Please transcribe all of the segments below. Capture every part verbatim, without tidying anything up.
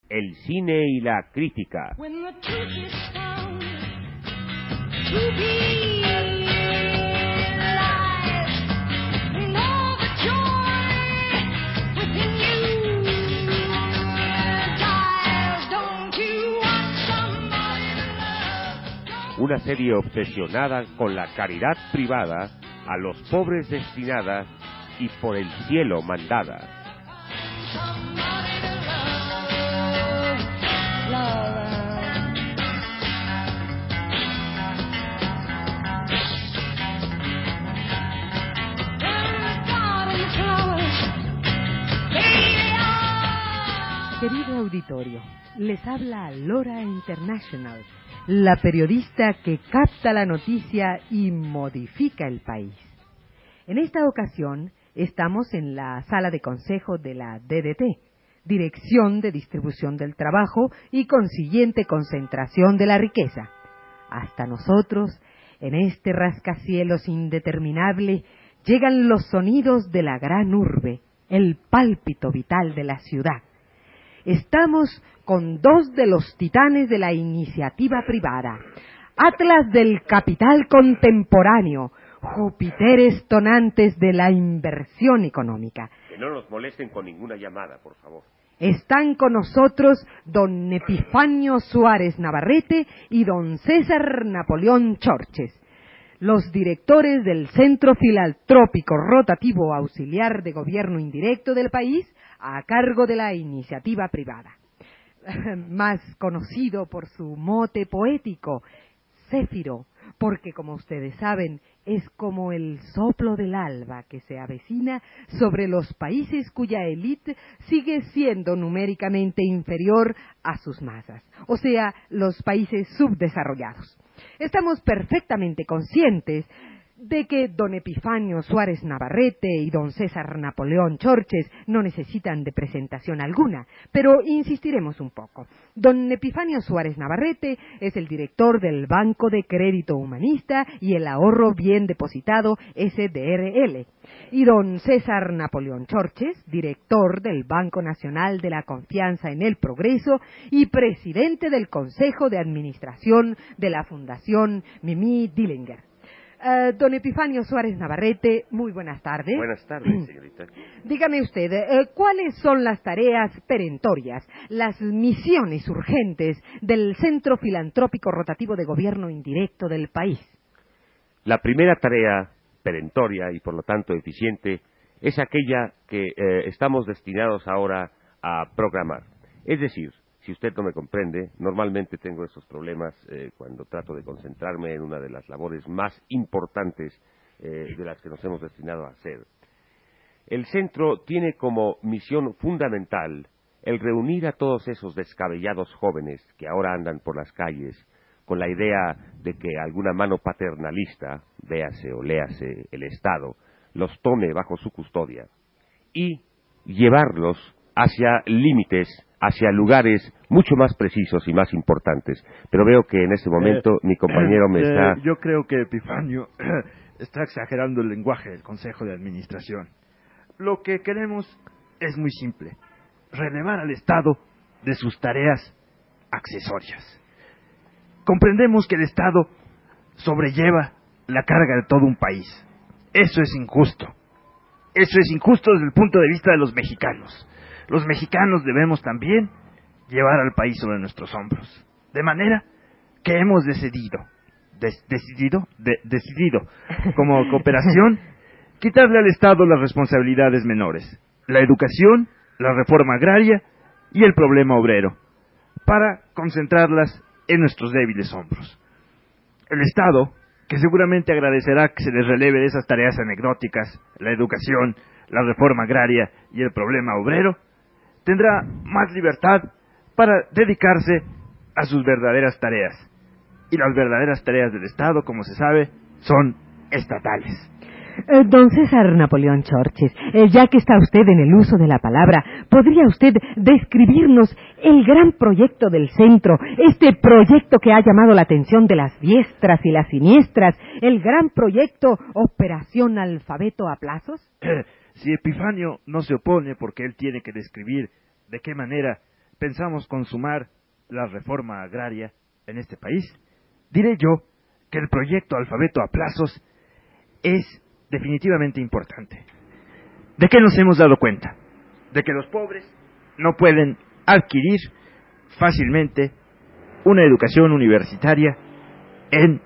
el cine y la crítica. Una serie obsesionada con la caridad privada, a los pobres destinada y por el cielo mandada. Querido auditorio, les habla Lora International, la periodista que capta la noticia y modifica el país. En esta ocasión estamos en la sala de consejo de la D D T, Dirección de Distribución del Trabajo y consiguiente concentración de la riqueza. Hasta nosotros, en este rascacielos indeterminable, llegan los sonidos de la gran urbe, el pálpito vital de la ciudad. Estamos con dos de los titanes de la iniciativa privada, Atlas del capital contemporáneo, Júpiteres tonantes de la inversión económica. Que no nos molesten con ninguna llamada, por favor. Están con nosotros don Epifanio Suárez Navarrete y don César Napoleón Chorches, los directores del Centro Filantrópico Rotativo Auxiliar de Gobierno Indirecto del país, a cargo de la iniciativa privada, más conocido por su mote poético, Céfiro, porque como ustedes saben, es como el soplo del alba que se avecina sobre los países cuya élite sigue siendo numéricamente inferior a sus masas, o sea, los países subdesarrollados. Estamos perfectamente conscientes de que don Epifanio Suárez Navarrete y don César Napoleón Chorches no necesitan de presentación alguna, pero insistiremos un poco. Don Epifanio Suárez Navarrete es el director del Banco de Crédito Humanista y el Ahorro Bien Depositado S D R L, y don César Napoleón Chorches, director del Banco Nacional de la Confianza en el Progreso y presidente del Consejo de Administración de la Fundación Mimi Dillinger. Uh, don Epifanio Suárez Navarrete, muy buenas tardes. Buenas tardes, señorita. Dígame usted, uh, ¿cuáles son las tareas perentorias, las misiones urgentes del Centro Filantrópico Rotativo de Gobierno Indirecto del país? La primera tarea perentoria y por lo tanto eficiente es aquella que eh, estamos destinados ahora a programar. Es decir, si usted no me comprende, normalmente tengo esos problemas eh, cuando trato de concentrarme en una de las labores más importantes eh, de las que nos hemos destinado a hacer. El centro tiene como misión fundamental el reunir a todos esos descabellados jóvenes que ahora andan por las calles con la idea de que alguna mano paternalista, véase o léase el Estado, los tome bajo su custodia y llevarlos hacia límites, hacia lugares mucho más precisos y más importantes. Pero veo que en este momento eh, mi compañero me eh, está... Yo creo que Epifanio está exagerando el lenguaje del Consejo de Administración. Lo que queremos es muy simple: relevar al Estado de sus tareas accesorias. Comprendemos que el Estado sobrelleva la carga de todo un país. Eso es injusto. Eso es injusto desde el punto de vista de los mexicanos. Los mexicanos debemos también llevar al país sobre nuestros hombros. De manera que hemos decidido, des, decidido, de, decidido, como cooperación, quitarle al Estado las responsabilidades menores, la educación, la reforma agraria y el problema obrero, para concentrarlas en nuestros débiles hombros. El Estado, que seguramente agradecerá que se les releve de esas tareas anecdóticas, la educación, la reforma agraria y el problema obrero, tendrá más libertad para dedicarse a sus verdaderas tareas. Y las verdaderas tareas del Estado, como se sabe, son estatales. Eh, don César Napoleón Chorches, eh, ya que está usted en el uso de la palabra, ¿podría usted describirnos el gran proyecto del centro, este proyecto que ha llamado la atención de las diestras y las siniestras, el gran proyecto Operación Alfabeto a Plazos? Eh, si Epifanio no se opone porque él tiene que describir de qué manera pensamos consumar la reforma agraria en este país, diré yo que el proyecto Alfabeto a Plazos es definitivamente importante. ¿De qué nos hemos dado cuenta? De que los pobres no pueden adquirir fácilmente una educación universitaria en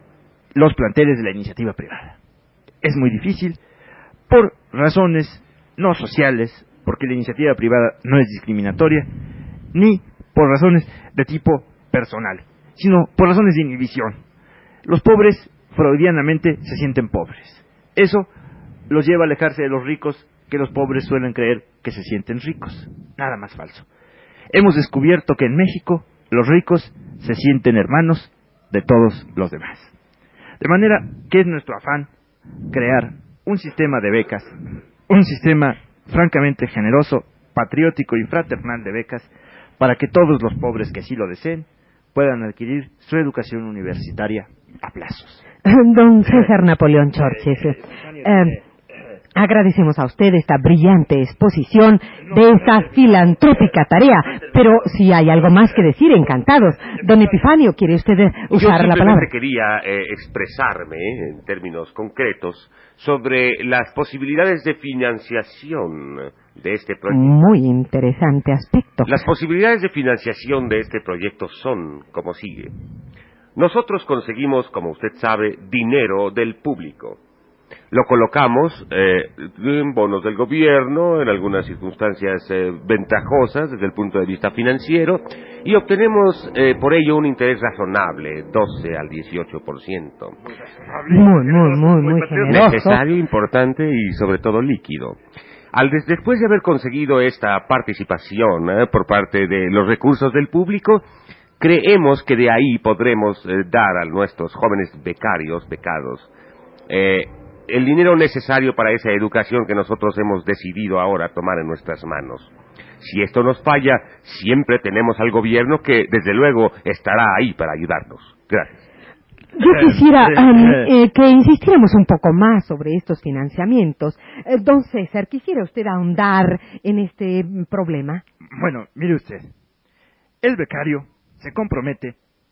los planteles de la iniciativa privada. Es muy difícil por razones no sociales, porque la iniciativa privada no es discriminatoria, ni por razones de tipo personal, sino por razones de inhibición. Los pobres freudianamente se sienten pobres. Eso los lleva a alejarse de los ricos, que los pobres suelen creer que se sienten ricos. Nada más falso. Hemos descubierto que en México los ricos se sienten hermanos de todos los demás. De manera que es nuestro afán crear un sistema de becas, un sistema francamente generoso, patriótico y fraternal de becas, para que todos los pobres que sí lo deseen puedan adquirir su educación universitaria a plazos. Don César Napoleón Chorches, eh, agradecemos a usted esta brillante exposición de esta filantrópica tarea, pero si hay algo más que decir, encantados. Don Epifanio, ¿quiere usted usar la palabra? Yo quería eh, expresarme en términos concretos sobre las posibilidades de financiación de este proyecto. Muy interesante aspecto. Las posibilidades de financiación de este proyecto son como sigue. Nosotros conseguimos, como usted sabe, dinero del público. Lo colocamos eh, en bonos del gobierno, en algunas circunstancias eh, ventajosas desde el punto de vista financiero, y obtenemos eh, por ello un interés razonable, doce al dieciocho por ciento. Muy, muy, muy, muy generoso. Necesario, importante y sobre todo líquido. Al des después de haber conseguido esta participación eh, por parte de los recursos del público, creemos que de ahí podremos eh, dar a nuestros jóvenes becarios, becados, eh, el dinero necesario para esa educación que nosotros hemos decidido ahora tomar en nuestras manos. Si esto nos falla, siempre tenemos al gobierno que, desde luego, estará ahí para ayudarnos. Gracias. Yo quisiera um, eh, que insistiéramos un poco más sobre estos financiamientos. Eh, don César, ¿quisiera usted ahondar en este problema? Bueno, mire usted, el becario se compromete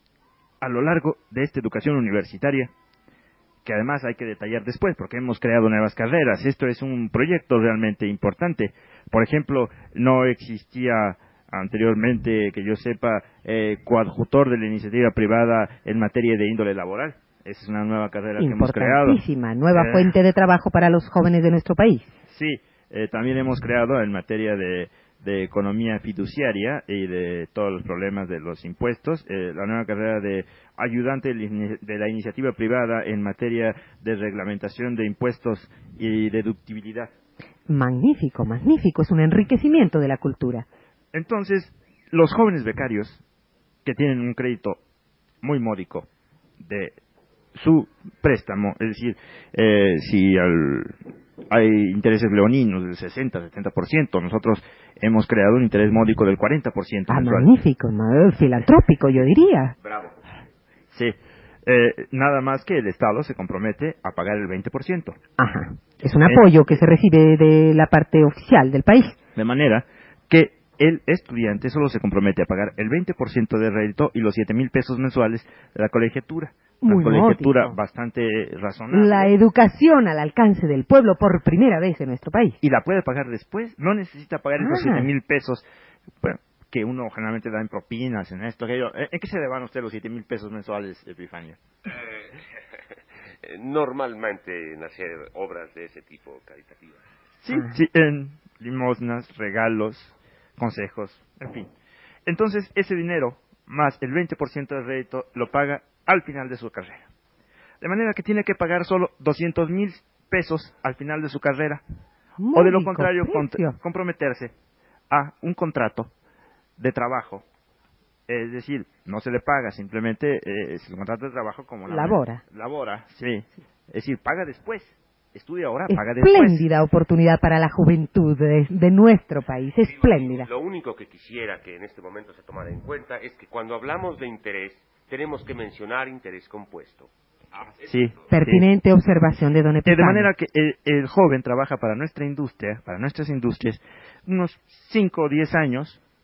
a lo largo de esta educación universitaria, que además hay que detallar después, porque hemos creado nuevas carreras. Esto es un proyecto realmente importante. Por ejemplo, no existía anteriormente, que yo sepa, eh, coadjutor de la iniciativa privada en materia de índole laboral. Esa es una nueva carrera que hemos creado. Importantísima, nueva eh, fuente de trabajo para los jóvenes de nuestro país. Sí, eh, también hemos creado en materia de, de economía fiduciaria y de todos los problemas de los impuestos, eh, la nueva carrera de ayudante de la iniciativa privada en materia de reglamentación de impuestos y deductibilidad. Magnífico, magnífico, es un enriquecimiento de la cultura. Entonces, los jóvenes becarios que tienen un crédito muy módico de su préstamo, es decir, eh, si al, hay intereses leoninos del sesenta, setenta por ciento, nosotros hemos creado un interés módico del cuarenta por ciento. Ah, mensual. magnífico, filantrópico, yo diría. Bravo. Sí, eh, nada más que el Estado se compromete a pagar el veinte por ciento. Ajá, es un apoyo que se recibe de la parte oficial del país. De manera que el estudiante solo se compromete a pagar el veinte por ciento de rédito y los siete mil pesos mensuales de la colegiatura. Una Muy colegiatura módico. bastante razonable. La educación al alcance del pueblo por primera vez en nuestro país. Y la puede pagar después, no necesita pagar Ah. esos siete mil pesos, bueno, que uno generalmente da en propinas, en esto, aquello. ¿En qué se le van a usted los siete mil pesos mensuales, Epifanio? Eh, normalmente en hacer obras de ese tipo caritativas. Sí, Ah. sí, en limosnas, regalos, consejos, en fin. Entonces, ese dinero, más el veinte por ciento del rédito, lo paga al final de su carrera. De manera que tiene que pagar solo doscientos mil pesos al final de su carrera. O de lo Módico contrario, cont- precio. comprometerse a un contrato de trabajo. Es decir, no se le paga, simplemente eh, es el contrato de trabajo como la Labora. Labora, sí. Es decir, paga después. Estudia ahora, paga después. Espléndida oportunidad para la juventud de, de nuestro país, espléndida. Lo único que quisiera que en este momento se tomara en cuenta es que cuando hablamos de interés, tenemos que mencionar interés compuesto. Sí. Pertinente sí. observación de don Eh, Epifanio. De manera que el, el joven trabaja para nuestra industria, para nuestras industrias, unos cinco o diez años,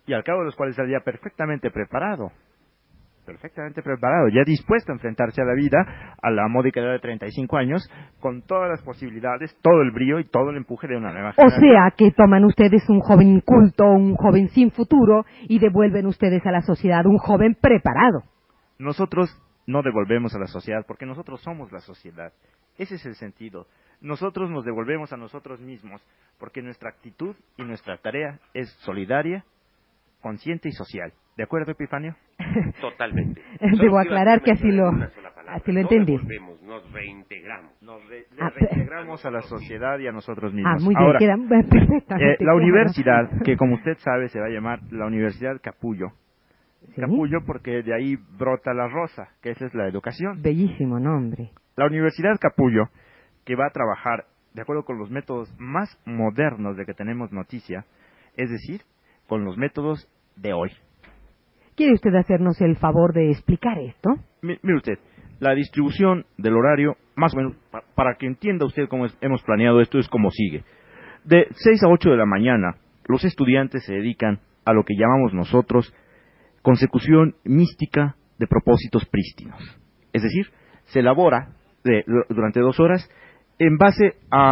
y al cabo de los cuales salía perfectamente preparado, perfectamente preparado, ya dispuesto a enfrentarse a la vida a la módica edad de treinta y cinco años, con todas las posibilidades, todo el brío y todo el empuje de una nueva O generación. sea, que toman ustedes un joven inculto, un joven sin futuro, y devuelven ustedes a la sociedad un joven preparado. Nosotros no devolvemos a la sociedad porque nosotros somos la sociedad. Ese es el sentido. Nosotros nos devolvemos a nosotros mismos porque nuestra actitud y nuestra tarea es solidaria, consciente y social. ¿De acuerdo, Epifanio? Totalmente. Debo aclarar que así lo, así lo entendí. Nos devolvemos, nos reintegramos. Nos re- Ah, reintegramos a la sociedad y a nosotros mismos. Ah, muy bien, Ahora, queda perfectamente eh, la claro. universidad, que como usted sabe se va a llamar la Universidad Capullo. ¿Sí? Capullo porque de ahí brota la rosa, que esa es la educación. Bellísimo nombre. La Universidad Capullo, que va a trabajar de acuerdo con los métodos más modernos de que tenemos noticia, es decir, con los métodos de hoy. ¿Quiere usted hacernos el favor de explicar esto? Mi- Mire usted, la distribución del horario, más o menos, pa- para que entienda usted cómo es- hemos planeado esto, es como sigue. De seis a ocho de la mañana, los estudiantes se dedican a lo que llamamos nosotros consecución mística de propósitos prístinos. Es decir, se elabora de- durante dos horas en base a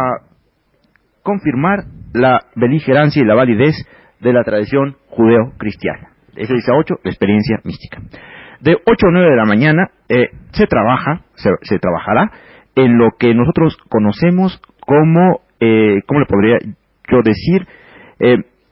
confirmar la beligerancia y la validez de la tradición judeo-cristiana. De seis a ocho, la experiencia mística. De ocho a nueve de la mañana eh, se trabaja, se, se trabajará en lo que nosotros conocemos como, eh, ¿cómo le podría yo decir? Eh,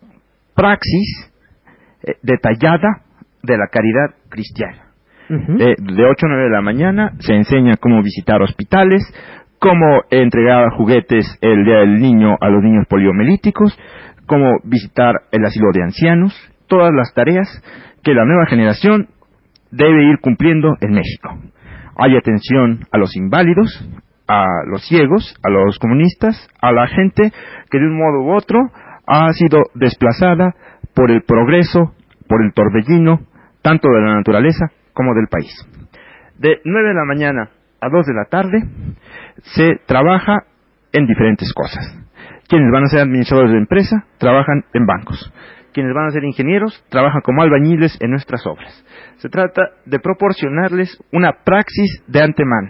praxis eh, detallada de la caridad cristiana. Ujú. Eh, de ocho a nueve de la mañana se enseña cómo visitar hospitales, cómo entregar juguetes el día del niño a los niños poliomelíticos, cómo visitar el asilo de ancianos, todas las tareas que la nueva generación debe ir cumpliendo en México. Hay atención a los inválidos, a los ciegos, a los comunistas, a la gente que de un modo u otro ha sido desplazada por el progreso, por el torbellino, tanto de la naturaleza como del país. De nueve de la mañana a dos de la tarde se trabaja en diferentes cosas. Quienes van a ser administradores de empresa trabajan en bancos. Quienes van a ser ingenieros trabajan como albañiles en nuestras obras. Se trata de proporcionarles una praxis de antemano.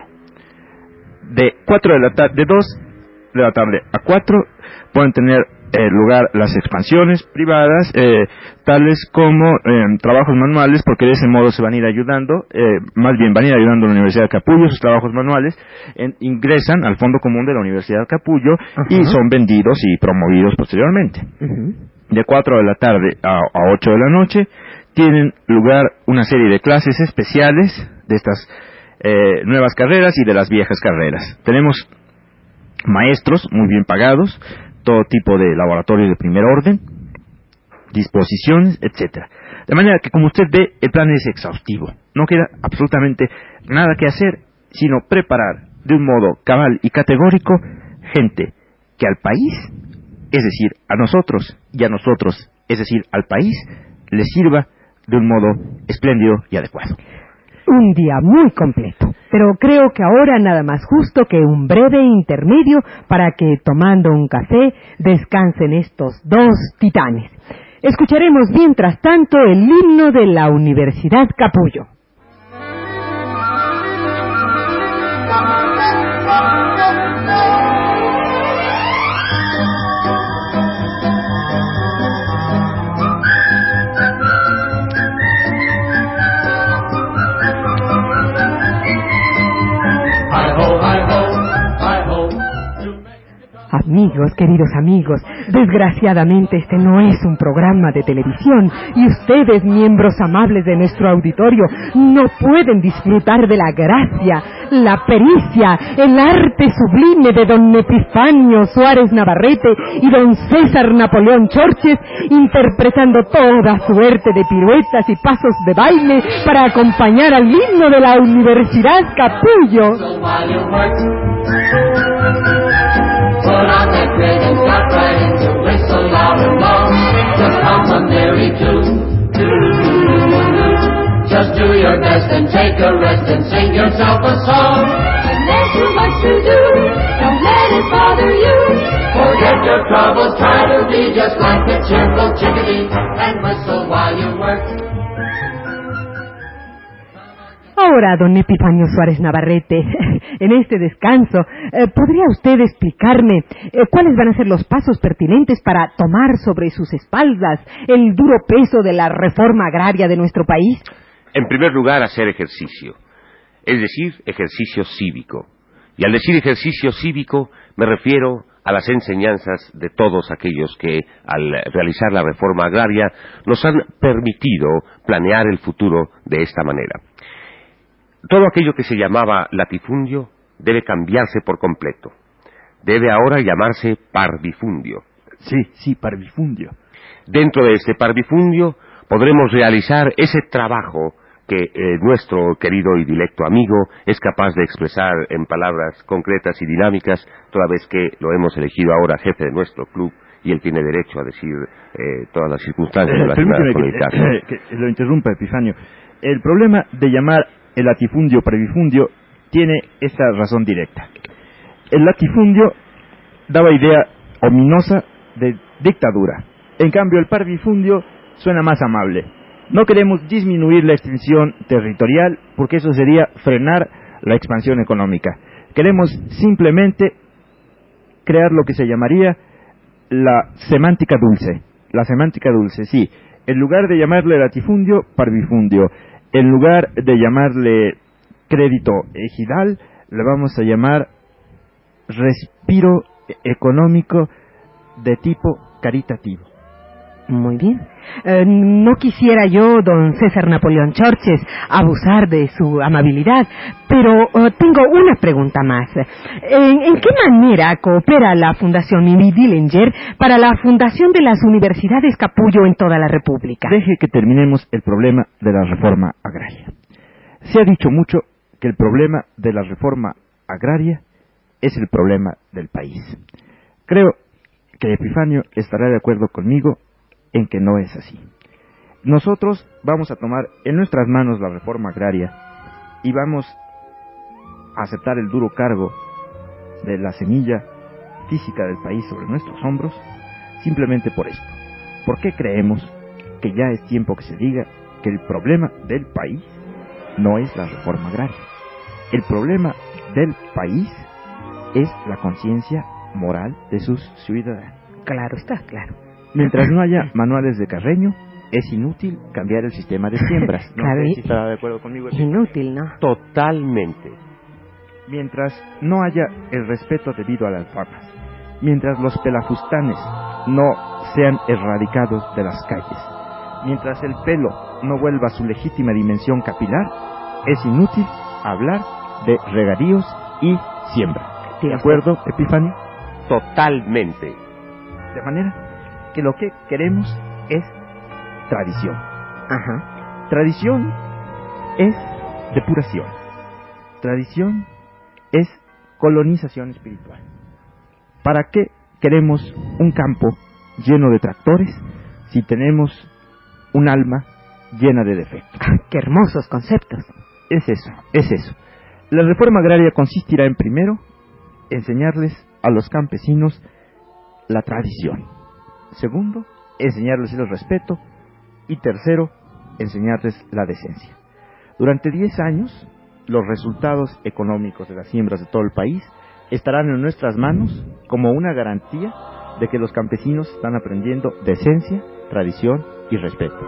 De cuatro de la tarde, de dos de la tarde a cuatro pueden tener eh, lugar las expansiones privadas, eh, tales como eh, trabajos manuales, porque de ese modo se van a ir ayudando, eh, más bien van a ir ayudando a la Universidad de Capullo, sus trabajos manuales, en, ingresan al Fondo Común de la Universidad de Capullo. Ajá. Y son vendidos y promovidos posteriormente. Uh-huh. De cuatro de la tarde a, a ocho de la noche tienen lugar una serie de clases especiales de estas eh, nuevas carreras y de las viejas carreras. Tenemos maestros muy bien pagados, todo tipo de laboratorios de primer orden, disposiciones, etcétera. De manera que, como usted ve, el plan es exhaustivo. No queda absolutamente nada que hacer, sino preparar de un modo cabal y categórico gente que al país, es decir, a nosotros y a nosotros, es decir, al país, le sirva de un modo espléndido y adecuado. Un día muy completo, pero creo que ahora nada más justo que un breve intermedio para que, tomando un café, descansen estos dos titanes. Escucharemos mientras tanto el himno de la Universidad Capullo. Amigos, queridos amigos, desgraciadamente este no es un programa de televisión y ustedes, miembros amables de nuestro auditorio, no pueden disfrutar de la gracia, la pericia, el arte sublime de don Epifanio Suárez Navarrete y don César Napoleón Chorches, interpretando toda suerte de piruetas y pasos de baile para acompañar al himno de la Universidad Capullo. Put on that grin and start riding to whistle loud and long. Just hum a merry tune. Just do your best and take a rest and sing yourself a song. And there's too much to do. Don't let it bother you. Forget your troubles, try to be just like a cheerful chickadee, and whistle while you work. Ahora, don Epifanio Suárez Navarrete, en este descanso, eh, ¿podría usted explicarme eh, cuáles van a ser los pasos pertinentes para tomar sobre sus espaldas el duro peso de la reforma agraria de nuestro país? En primer lugar, hacer ejercicio, es decir, ejercicio cívico. Y al decir ejercicio cívico, me refiero a las enseñanzas de todos aquellos que, al realizar la reforma agraria, nos han permitido planear el futuro de esta manera. Todo aquello que se llamaba latifundio debe cambiarse por completo. Debe ahora llamarse parvifundio. Sí, sí, parvifundio. Dentro de este parvifundio podremos realizar ese trabajo que eh, nuestro querido y directo amigo es capaz de expresar en palabras concretas y dinámicas, toda vez que lo hemos elegido ahora jefe de nuestro club y él tiene derecho a decir eh, todas las circunstancias Eh, relacionadas con el que, caso. eh, que lo interrumpa, Epifanio. El problema de llamar el latifundio parvifundio tiene esta razón directa. El latifundio daba idea ominosa de dictadura. En cambio, el parvifundio suena más amable. No queremos disminuir la extensión territorial porque eso sería frenar la expansión económica. Queremos simplemente crear lo que se llamaría la semántica dulce. La semántica dulce, sí. En lugar de llamarle latifundio, parvifundio. En lugar de llamarle crédito ejidal, le vamos a llamar respiro económico de tipo caritativo. Muy bien. Eh, no quisiera yo, don César Napoleón Chorches, abusar de su amabilidad, pero eh, tengo una pregunta más. ¿En, ¿En qué manera coopera la Fundación Mimi Dillinger para la fundación de las universidades capullo en toda la República? Deje que terminemos el problema de la reforma agraria. Se ha dicho mucho que el problema de la reforma agraria es el problema del país. Creo que Epifanio estará de acuerdo conmigo en que no es así. Nosotros vamos a tomar en nuestras manos la reforma agraria y vamos a aceptar el duro cargo de la semilla física del país sobre nuestros hombros simplemente por esto. ¿Por qué creemos que ya es tiempo que se diga que el problema del país no es la reforma agraria? El problema del país es la conciencia moral de sus ciudadanos. Claro, está claro. Mientras no haya manuales de Carreño, es inútil cambiar el sistema de siembras. No Claro, sé y- si estará de acuerdo conmigo. Inútil, ¿no? Totalmente. Mientras no haya el respeto debido a las ramas, mientras los pelafustanes no sean erradicados de las calles, mientras el pelo no vuelva a su legítima dimensión capilar, es inútil hablar de regadíos y siembra. ¿De acuerdo, Epifanio? Totalmente. De manera que lo que queremos es tradición. Ajá. Tradición es depuración. Tradición es colonización espiritual. ¿Para qué queremos un campo lleno de tractores si tenemos un alma llena de defectos? Ah, qué hermosos conceptos. Es eso, es eso. La reforma agraria consistirá en, primero, enseñarles a los campesinos la tradición. Segundo, enseñarles el respeto. Y tercero, enseñarles la decencia. Durante diez años, los resultados económicos de las siembras de todo el país estarán en nuestras manos como una garantía de que los campesinos están aprendiendo decencia, tradición y respeto.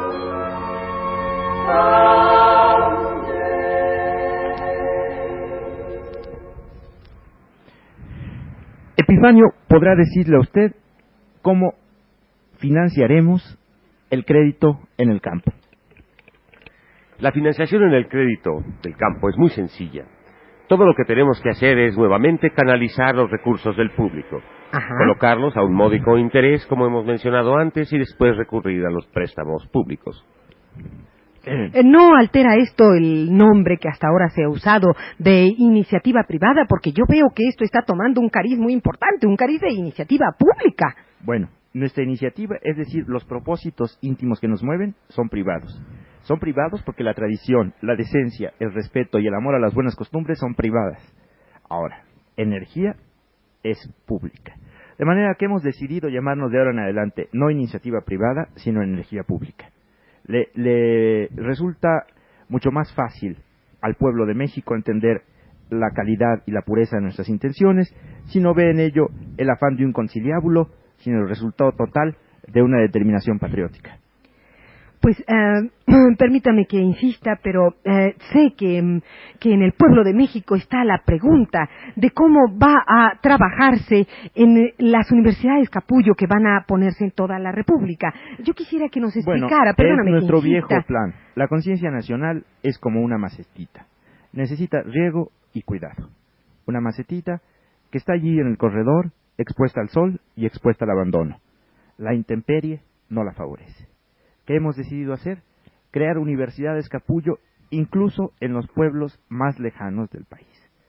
Epifanio podrá decirle a usted cómo financiaremos el crédito en el campo. La financiación en el crédito del campo es muy sencilla. Todo lo que tenemos que hacer es nuevamente canalizar los recursos del público, Ajá. colocarlos a un módico interés, como hemos mencionado antes, y después recurrir a los préstamos públicos. Eh, ¿No altera esto el nombre que hasta ahora se ha usado de iniciativa privada? Porque yo veo que esto está tomando un cariz muy importante, un cariz de iniciativa pública. Bueno, nuestra iniciativa, es decir, los propósitos íntimos que nos mueven, son privados. Son privados porque la tradición, la decencia, el respeto y el amor a las buenas costumbres son privadas. Ahora, energía es pública. De manera que hemos decidido llamarnos de ahora en adelante no iniciativa privada, sino energía pública. Le, le resulta mucho más fácil al pueblo de México entender la calidad y la pureza de nuestras intenciones si no ve en ello el afán de un conciliábulo, sino el resultado total de una determinación patriótica. Pues eh, permítame que insista, pero eh, sé que, que en el pueblo de México está la pregunta de cómo va a trabajarse en las universidades capullo que van a ponerse en toda la República. Yo quisiera que nos explicara, bueno, perdóname es nuestro que insista. viejo plan. La conciencia nacional es como una macetita. Necesita riego y cuidado. Una macetita que está allí en el corredor, expuesta al sol y expuesta al abandono. La intemperie no la favorece. ¿Qué hemos decidido hacer? Crear universidades capullo incluso en los pueblos más lejanos del país.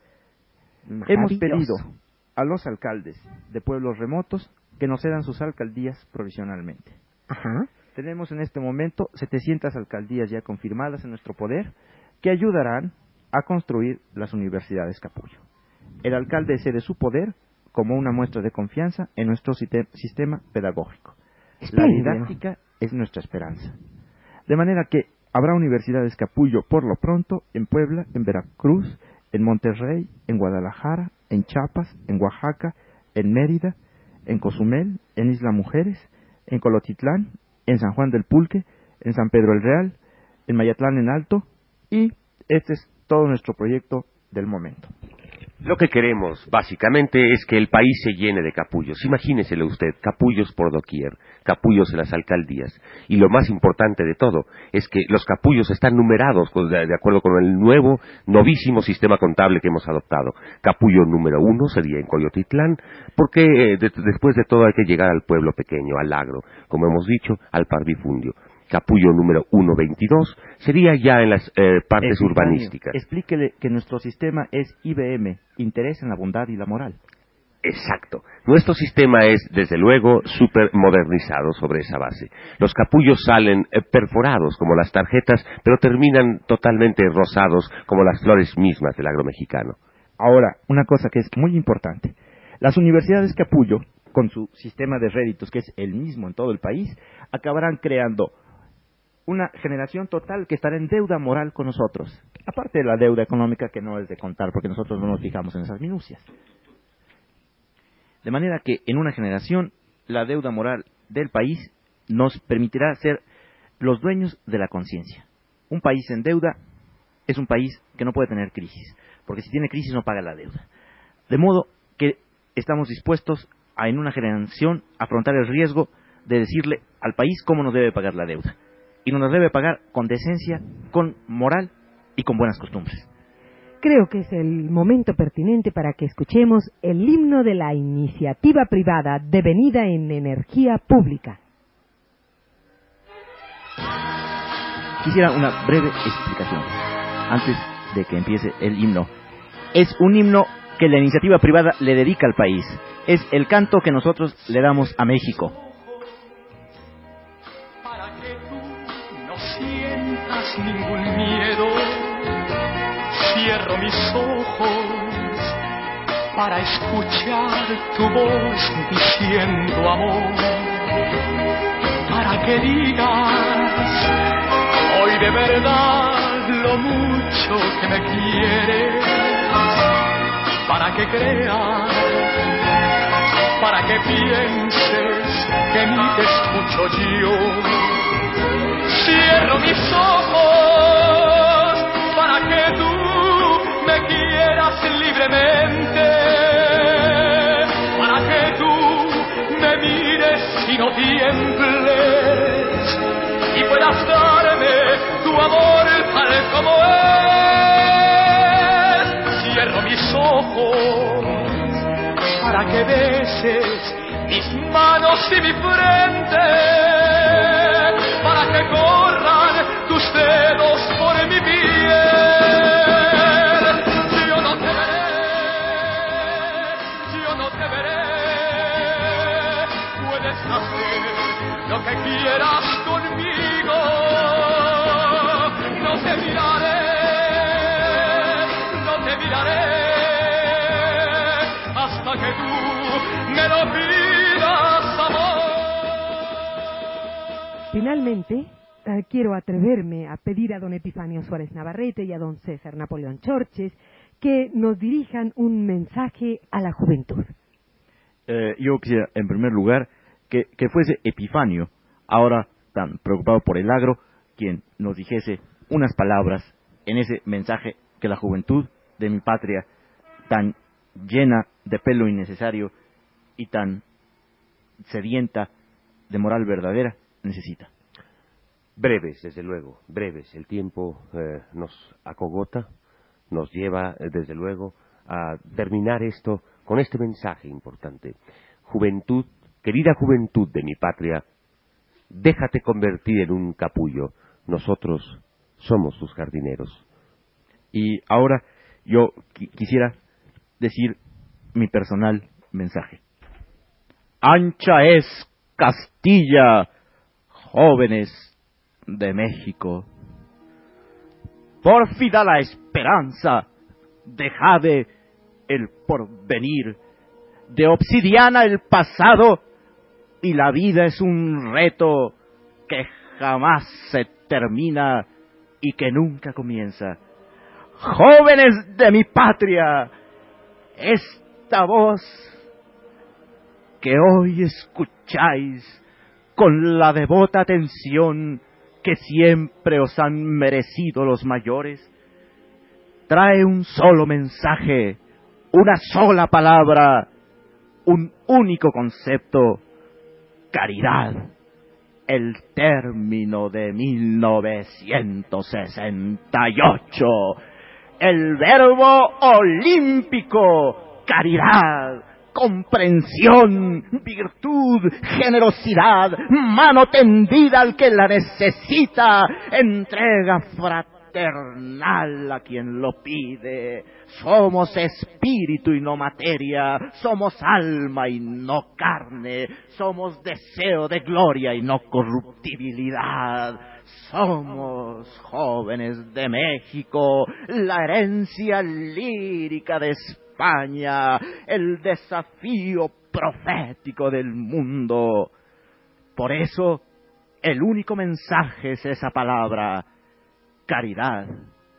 Hemos pedido a los alcaldes de pueblos remotos que nos cedan sus alcaldías provisionalmente. Ajá. Tenemos en este momento setecientas alcaldías ya confirmadas en nuestro poder que ayudarán a construir las universidades capullo. El alcalde cede su poder como una muestra de confianza en nuestro sistema pedagógico. La didáctica es nuestra esperanza. De manera que habrá universidades capullo por lo pronto en Puebla, en Veracruz, en Monterrey, en Guadalajara, en Chiapas, en Oaxaca, en Mérida, en Cozumel, en Isla Mujeres, en Colotitlán, en San Juan del Pulque, en San Pedro el Real, en Mayatlán en Alto, y este es todo nuestro proyecto del momento. Lo que queremos, básicamente, es que el país se llene de capullos. Imagíneselo usted, capullos por doquier, capullos en las alcaldías. Y lo más importante de todo es que los capullos están numerados de acuerdo con el nuevo, novísimo sistema contable que hemos adoptado. Capullo número uno sería en Coyotitlán, porque eh, de, después de todo hay que llegar al pueblo pequeño, al agro, como hemos dicho, al parvifundio. Capullo número ciento veintidós sería ya en las eh, partes Explique, urbanísticas. Explíquele que nuestro sistema es I B M, interés en la bondad y la moral. Exacto. Nuestro sistema es, desde luego, súper modernizado sobre esa base. Los capullos salen eh, perforados como las tarjetas, pero terminan totalmente rosados como las flores mismas del agro mexicano. Ahora, una cosa que es muy importante. Las universidades capullo, con su sistema de réditos, que es el mismo en todo el país, acabarán creando una generación total que estará en deuda moral con nosotros, aparte de la deuda económica que no es de contar porque nosotros no nos fijamos en esas minucias. De manera que en una generación la deuda moral del país nos permitirá ser los dueños de la conciencia. Un país en deuda es un país que no puede tener crisis, porque si tiene crisis no paga la deuda. De modo que estamos dispuestos a en una generación afrontar el riesgo de decirle al país cómo nos debe pagar la deuda. Y nos debe pagar con decencia, con moral y con buenas costumbres. Creo que es el momento pertinente para que escuchemos el himno de la iniciativa privada devenida en energía pública. Quisiera una breve explicación antes de que empiece el himno. Es un himno que la iniciativa privada le dedica al país. Es el canto que nosotros le damos a México. Ningún miedo, cierro mis ojos para escuchar tu voz diciendo amor, para que digas hoy de verdad lo mucho que me quieres, para que creas, para que pienses que ni te escucho yo. Cierro mis ojos para que tú me quieras libremente, para que tú me mires y no tiembles y puedas darme tu amor tal como es. Cierro mis ojos para que beses mis manos y mi frente, para que corran tus dedos por mi piel. Yo no te veré, yo no te veré. Puedes hacer lo que quieras conmigo. No te miraré, no te miraré hasta que tú finalmente, eh, quiero atreverme a pedir a don Epifanio Suárez Navarrete y a don César Napoleón Chorches que nos dirijan un mensaje a la juventud. Eh, yo quisiera, en primer lugar, que, que fuese Epifanio, ahora tan preocupado por el agro, quien nos dijese unas palabras en ese mensaje que la juventud de mi patria, tan llena de pelo innecesario y tan sedienta de moral verdadera, necesita. Breves, desde luego, breves. El tiempo eh, nos acogota, nos lleva, eh, desde luego, a terminar esto con este mensaje importante. Juventud, querida juventud de mi patria, déjate convertir en un capullo. Nosotros somos tus jardineros. Y ahora yo qui- quisiera decir mi personal mensaje. Ancha es Castilla, jóvenes de México. Pórfida la esperanza, dejade el porvenir. De obsidiana el pasado, y la vida es un reto que jamás se termina y que nunca comienza. Jóvenes de mi patria, esta voz que hoy escucháis con la devota atención que siempre os han merecido los mayores, trae un solo mensaje, una sola palabra, un único concepto: caridad. El término de mil novecientos sesenta y ocho. El verbo olímpico: caridad, comprensión, virtud, generosidad, mano tendida al que la necesita, entrega fraternal a quien lo pide. Somos espíritu y no materia, somos alma y no carne, somos deseo de gloria y no corruptibilidad. Somos jóvenes de México, la herencia lírica de España, el desafío profético del mundo. Por eso, el único mensaje es esa palabra: caridad.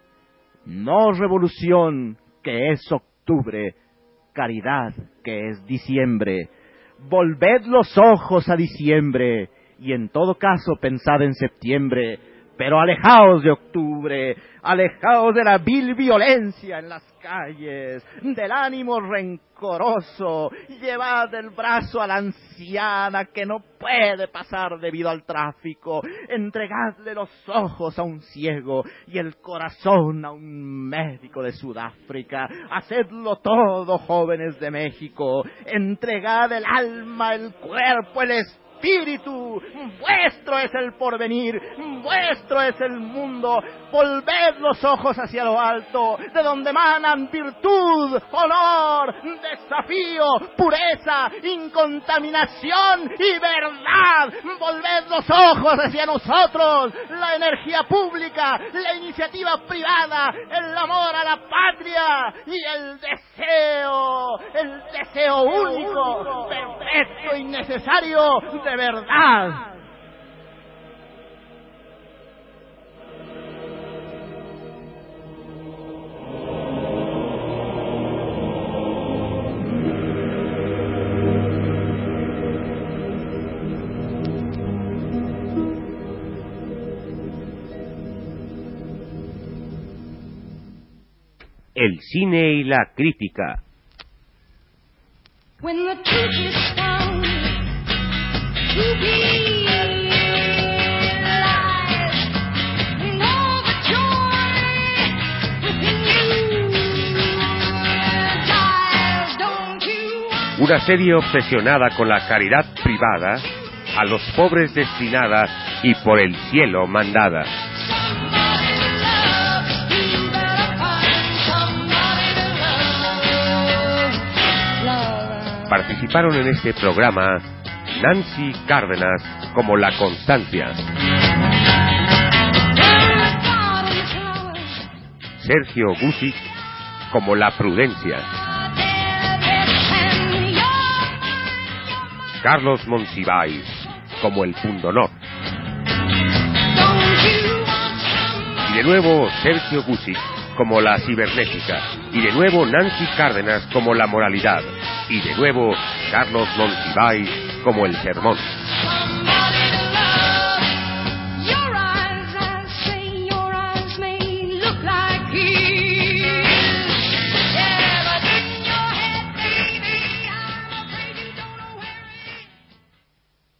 No revolución, que es octubre; caridad, que es diciembre. Volved los ojos a diciembre, y en todo caso pensad en septiembre, pero alejaos de octubre, alejaos de la vil violencia en las calles, del ánimo rencoroso, llevad el brazo a la anciana que no puede pasar debido al tráfico, entregadle los ojos a un ciego y el corazón a un médico de Sudáfrica, hacedlo todo, jóvenes de México, entregad el alma, el cuerpo, el espíritu, Espíritu, vuestro es el porvenir, vuestro es el mundo. Volved los ojos hacia lo alto, de donde emanan virtud, honor, desafío, pureza, incontaminación y verdad. Volved los ojos hacia nosotros, la energía pública, la iniciativa privada, el amor a la patria y el deseo, el deseo único, perfecto y necesario de verdad. El cine y la crítica. When the truth is found to be lies, we know the joy within you dies, don't you? Una serie obsesionada con la caridad privada, a los pobres destinada y por el cielo mandada. Somebody to love, you better find somebody to love. Love. Participaron en este programa Nancy Cárdenas como La Constancia, Sergio Gusic como La Prudencia, Carlos Monsiváis como El Pundonor, de nuevo Sergio Gusic como la cibernética, y de nuevo Nancy Cárdenas como la moralidad, y de nuevo Carlos Monsiváis como el sermón.